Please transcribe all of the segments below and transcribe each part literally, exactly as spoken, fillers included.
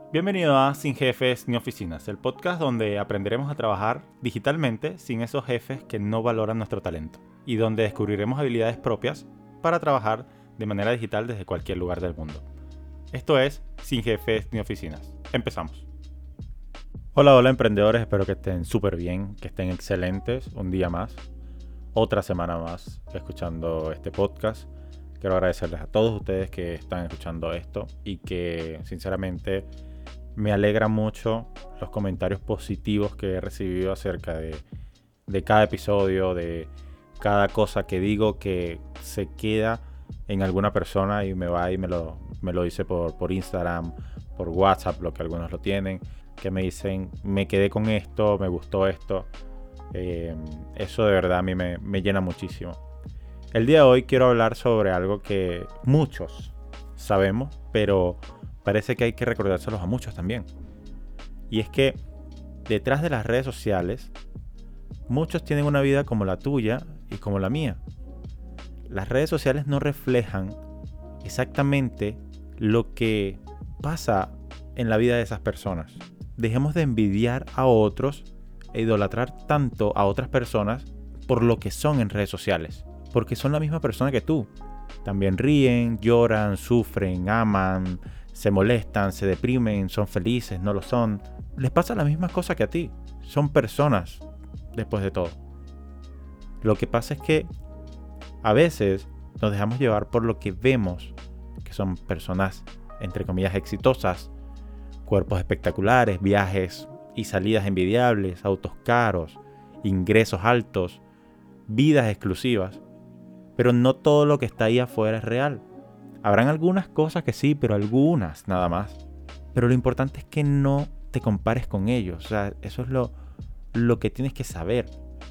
Bienvenido a Sin Jefes ni Oficinas, el podcast donde aprenderemos a trabajar digitalmente sin esos jefes que no valoran nuestro talento y donde descubriremos habilidades propias para trabajar de manera digital desde cualquier lugar del mundo. Esto es Sin Jefes ni Oficinas. Empezamos. Hola, hola emprendedores, espero que estén súper bien, que estén excelentes, un día más, otra semana más escuchando este podcast. Quiero agradecerles a todos ustedes que están escuchando esto y que sinceramente me alegra mucho los comentarios positivos que he recibido acerca de, de cada episodio, de cada cosa que digo que se queda en alguna persona y me va y me lo, me lo dice por, por Instagram, por WhatsApp, lo que algunos lo tienen, que me dicen, me quedé con esto, me gustó esto. Eh, eso de verdad a mí me, me llena muchísimo. El día de hoy quiero hablar sobre algo que muchos sabemos, pero parece que hay que recordárselos a muchos también. Y es que detrás de las redes sociales, muchos tienen una vida como la tuya y como la mía. Las redes sociales no reflejan exactamente lo que pasa en la vida de esas personas. Dejemos de envidiar a otros e idolatrar tanto a otras personas por lo que son en redes sociales. Porque son la misma persona que tú. También ríen, lloran, sufren, aman, se molestan, se deprimen, son felices, no lo son. Les pasa la misma cosa que a ti. Son personas, después de todo. Lo que pasa es que a veces nos dejamos llevar por lo que vemos, que son personas, entre comillas, exitosas, cuerpos espectaculares, viajes y salidas envidiables, autos caros, ingresos altos, vidas exclusivas. Pero no todo lo que está ahí afuera es real. Habrán algunas cosas que sí, pero algunas nada más. Pero lo importante es que no te compares con ellos. O sea, eso es lo, lo que tienes que saber.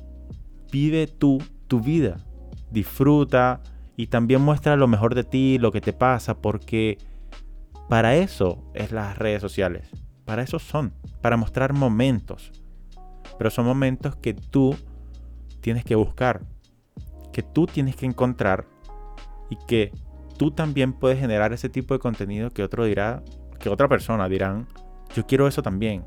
Vive tú tu vida. Disfruta y también muestra lo mejor de ti, lo que te pasa, porque para eso es las redes sociales. Para eso son. Para mostrar momentos. Pero son momentos que tú tienes que buscar, que tú tienes que encontrar y que tú también puedes generar ese tipo de contenido que otro dirá, que otra persona dirán, yo quiero eso también.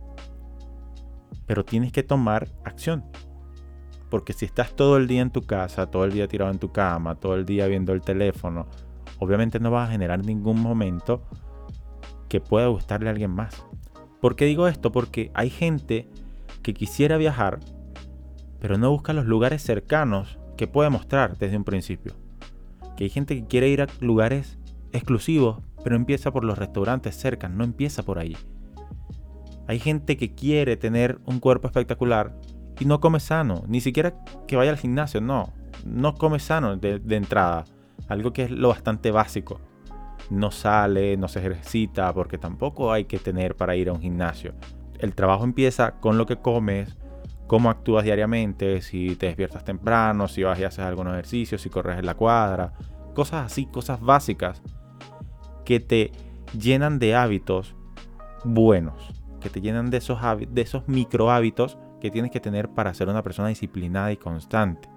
Pero tienes que tomar acción. Porque si estás todo el día en tu casa, todo el día tirado en tu cama, todo el día viendo el teléfono, obviamente no vas a generar ningún momento que pueda gustarle a alguien más. ¿Por qué digo esto? Porque hay gente que quisiera viajar, pero no busca los lugares cercanos que puede mostrar desde un principio. Que hay gente que quiere ir a lugares exclusivos, pero empieza por los restaurantes cerca, no empieza por ahí. Hay gente que quiere tener un cuerpo espectacular y no come sano, ni siquiera que vaya al gimnasio, no, no come sano de, de entrada, algo que es lo bastante básico. No sale, no se ejercita, porque tampoco hay que tener para ir a un gimnasio. El trabajo empieza con lo que comes, cómo actúas diariamente, si te despiertas temprano, si vas y haces algunos ejercicios, si corres en la cuadra, cosas así, cosas básicas que te llenan de hábitos buenos, que te llenan de esos, hábitos, de esos micro hábitos que tienes que tener para ser una persona disciplinada y constante.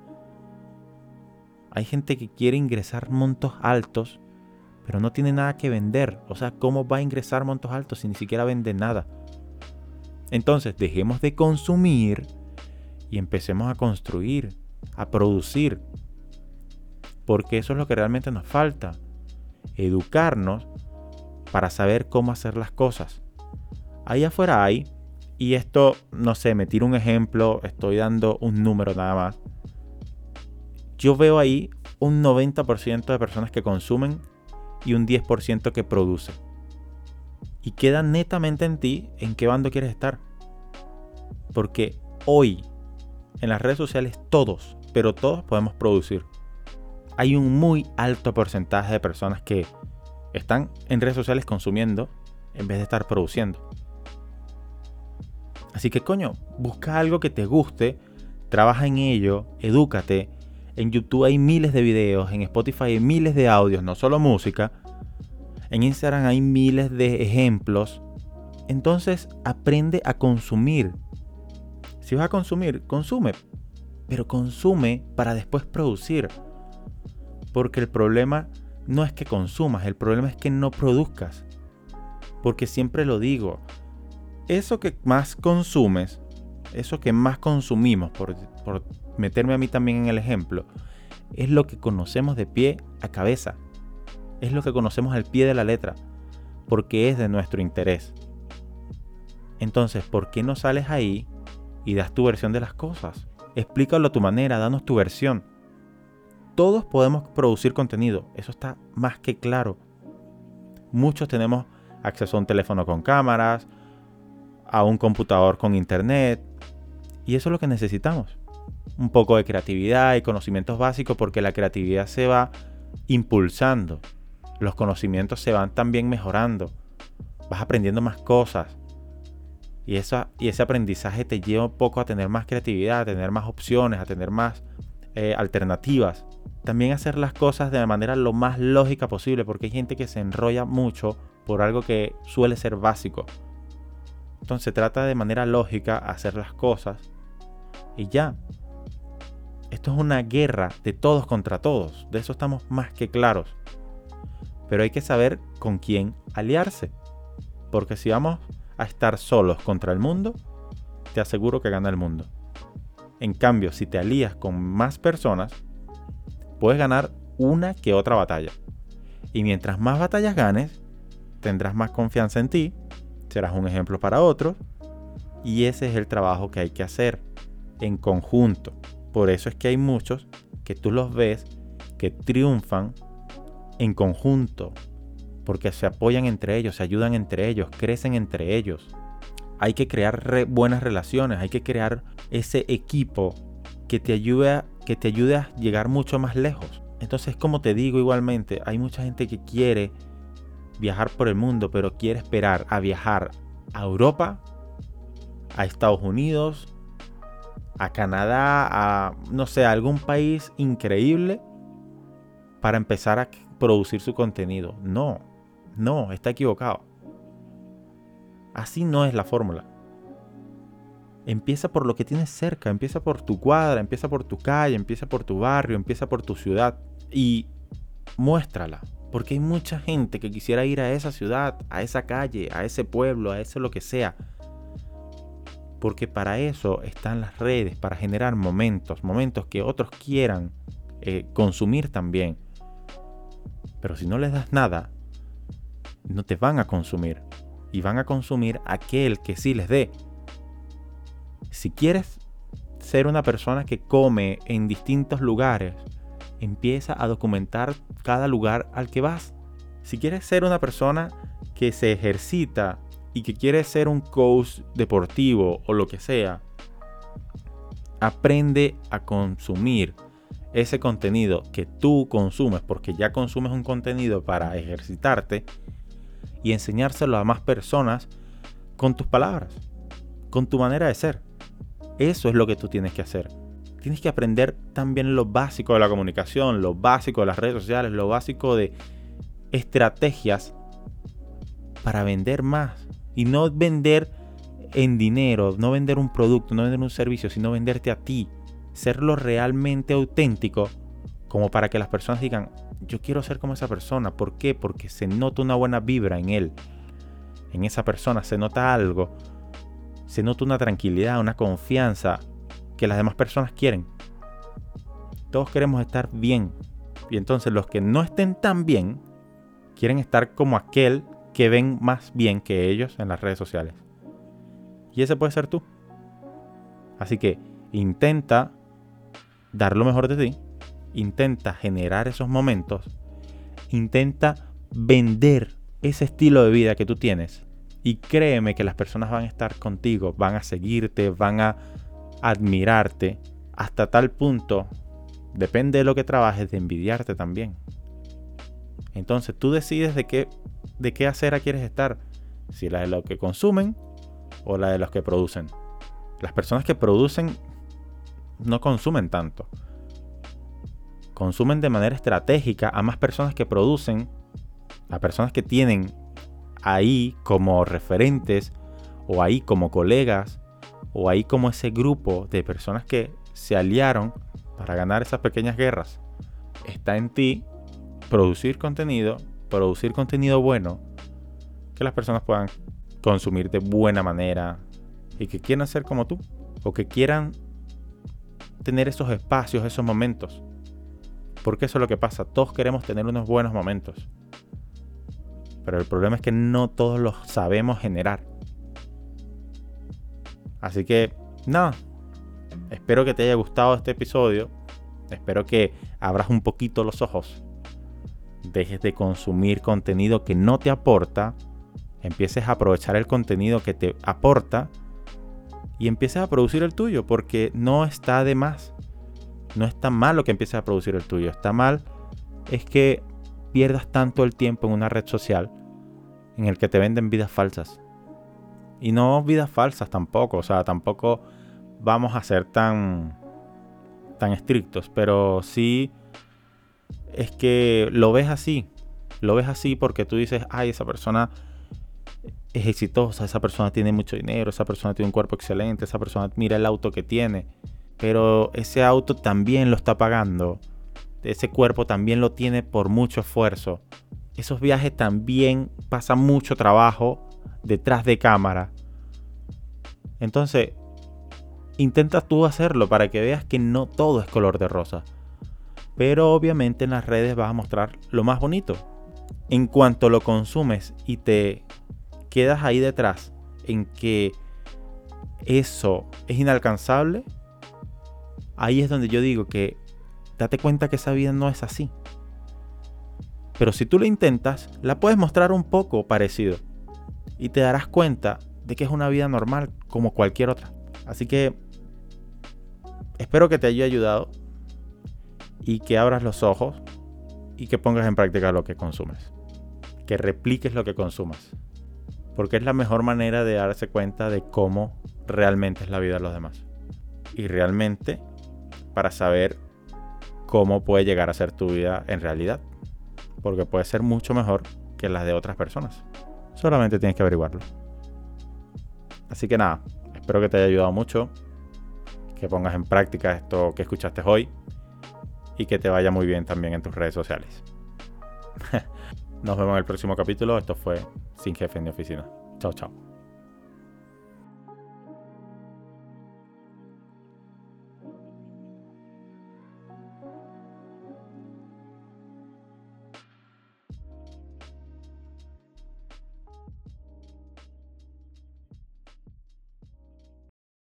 Hay gente que quiere ingresar montos altos, pero no tiene nada que vender. O sea, ¿cómo va a ingresar montos altos si ni siquiera vende nada? Entonces, dejemos de consumir y empecemos a construir, a producir. Porque eso es lo que realmente nos falta. Educarnos para saber cómo hacer las cosas. Ahí afuera hay, y esto, no sé, me tiro un ejemplo, estoy dando un número nada más. Yo veo ahí un noventa por ciento de personas que consumen y un diez por ciento que producen. Y queda netamente en ti en qué bando quieres estar. Porque hoy en las redes sociales todos, pero todos podemos producir. Hay un muy alto porcentaje de personas que están en redes sociales consumiendo en vez de estar produciendo. Así que coño, busca algo que te guste, trabaja en ello, edúcate. En YouTube hay miles de videos, en Spotify hay miles de audios, no solo música. En Instagram hay miles de ejemplos. Entonces aprende a consumir. Si vas a consumir, consume. Pero consume para después producir. Porque el problema no es que consumas, el problema es que no produzcas. Porque siempre lo digo, eso que más consumes, eso que más consumimos, por, por meterme a mí también en el ejemplo, es lo que conocemos de pie a cabeza. Es lo que conocemos al pie de la letra, porque es de nuestro interés. Entonces, ¿por qué no sales ahí y das tu versión de las cosas? Explícalo a tu manera, danos tu versión. Todos podemos producir contenido, eso está más que claro. Muchos tenemos acceso a un teléfono con cámaras, a un computador con internet, y eso es lo que necesitamos. Un poco de creatividad y conocimientos básicos, porque la creatividad se va impulsando. Los conocimientos se van también mejorando. Vas aprendiendo más cosas. Y, esa, y ese aprendizaje te lleva un poco a tener más creatividad, a tener más opciones, a tener más eh, alternativas. También hacer las cosas de la manera lo más lógica posible, porque hay gente que se enrolla mucho por algo que suele ser básico. Entonces se trata de manera lógica hacer las cosas y ya. Esto es una guerra de todos contra todos, de eso estamos más que claros. Pero hay que saber con quién aliarse, porque si vamos a estar solos contra el mundo, te aseguro que gana el mundo. En cambio, si te alías con más personas, puedes ganar una que otra batalla. Y mientras más batallas ganes, tendrás más confianza en ti, serás un ejemplo para otros, y ese es el trabajo que hay que hacer en conjunto. Por eso es que hay muchos que tú los ves que triunfan en conjunto, porque se apoyan entre ellos, se ayudan entre ellos, crecen entre ellos. Hay que crear re- buenas relaciones, hay que crear ese equipo que te ayude a, que te ayude a llegar mucho más lejos. Entonces, como te digo igualmente, hay mucha gente que quiere viajar por el mundo, pero quiere esperar a viajar a Europa, a Estados Unidos, a Canadá, a no sé, a algún país increíble para empezar a producir su contenido. No, no, está equivocado. Así no es la fórmula. Empieza por lo que tienes cerca, empieza por tu cuadra, empieza por tu calle, empieza por tu barrio, empieza por tu ciudad y muéstrala. Porque hay mucha gente que quisiera ir a esa ciudad, a esa calle, a ese pueblo, a eso lo que sea. Porque para eso están las redes, para generar momentos, momentos que otros quieran eh, consumir también. Pero si no les das nada, no te van a consumir. Y van a consumir aquel que sí les dé. Si quieres ser una persona que come en distintos lugares, empieza a documentar cada lugar al que vas. Si quieres ser una persona que se ejercita y que quiere ser un coach deportivo o lo que sea, aprende a consumir ese contenido que tú consumes, porque ya consumes un contenido para ejercitarte, y enseñárselo a más personas con tus palabras, con tu manera de ser. Eso es lo que tú tienes que hacer. Tienes que aprender también lo básico de la comunicación, lo básico de las redes sociales, lo básico de estrategias para vender más. Y no vender en dinero, no vender un producto, no vender un servicio, sino venderte a ti. Serlo realmente auténtico, como para que las personas digan, yo quiero ser como esa persona. ¿Por qué? Porque se nota una buena vibra en él. En esa persona se nota algo. Se nota una tranquilidad, una confianza que las demás personas quieren. Todos queremos estar bien. Y entonces los que no estén tan bien quieren estar como aquel que ven más bien que ellos en las redes sociales. Y ese puede ser tú. Así que intenta dar lo mejor de ti. Intenta generar esos momentos. Intenta vender ese estilo de vida que tú tienes. Y créeme que las personas van a estar contigo, van a seguirte, van a admirarte, hasta tal punto, depende de lo que trabajes, de envidiarte también. Entonces tú decides de qué, de qué acera quieres estar, si la de los que consumen o la de los que producen. Las personas que producen no consumen tanto. Consumen de manera estratégica a más personas que producen, a personas que tienen ahí como referentes, o ahí como colegas, o ahí como ese grupo de personas que se aliaron para ganar esas pequeñas guerras. Está en ti producir contenido, producir contenido bueno, que las personas puedan consumir de buena manera y que quieran ser como tú o que quieran tener esos espacios, esos momentos. Porque eso es lo que pasa, todos queremos tener unos buenos momentos, pero el problema es que no todos los sabemos generar. Así que nada, espero que te haya gustado este episodio, espero que abras un poquito los ojos, dejes de consumir contenido que no te aporta, empieces a aprovechar el contenido que te aporta y empieces a producir el tuyo, porque no está de más. No está mal lo que empieces a producir el tuyo. Está mal es que pierdas tanto el tiempo en una red social en el que te venden vidas falsas. Y no vidas falsas tampoco. O sea, tampoco vamos a ser tan, tan estrictos. Pero sí es que lo ves así. Lo ves así porque tú dices, ay, esa persona es exitosa, esa persona tiene mucho dinero, esa persona tiene un cuerpo excelente, esa persona mira el auto que tiene. Pero ese auto también lo está pagando. Ese cuerpo también lo tiene por mucho esfuerzo. Esos viajes también pasan mucho trabajo detrás de cámara. Entonces, intenta tú hacerlo para que veas que no todo es color de rosa. Pero obviamente en las redes vas a mostrar lo más bonito. En cuanto lo consumes y te quedas ahí detrás en que eso es inalcanzable, ahí es donde yo digo que date cuenta que esa vida no es así. Pero si tú lo intentas, la puedes mostrar un poco parecido y te darás cuenta de que es una vida normal como cualquier otra. Así que espero que te haya ayudado y que abras los ojos y que pongas en práctica lo que consumes. Que repliques lo que consumas. Porque es la mejor manera de darse cuenta de cómo realmente es la vida de los demás. Y realmente para saber cómo puede llegar a ser tu vida en realidad. Porque puede ser mucho mejor que las de otras personas. Solamente tienes que averiguarlo. Así que nada, espero que te haya ayudado mucho, que pongas en práctica esto que escuchaste hoy y que te vaya muy bien también en tus redes sociales. Nos vemos en el próximo capítulo. Esto fue Sin Jefe ni Oficina. Chao, chao.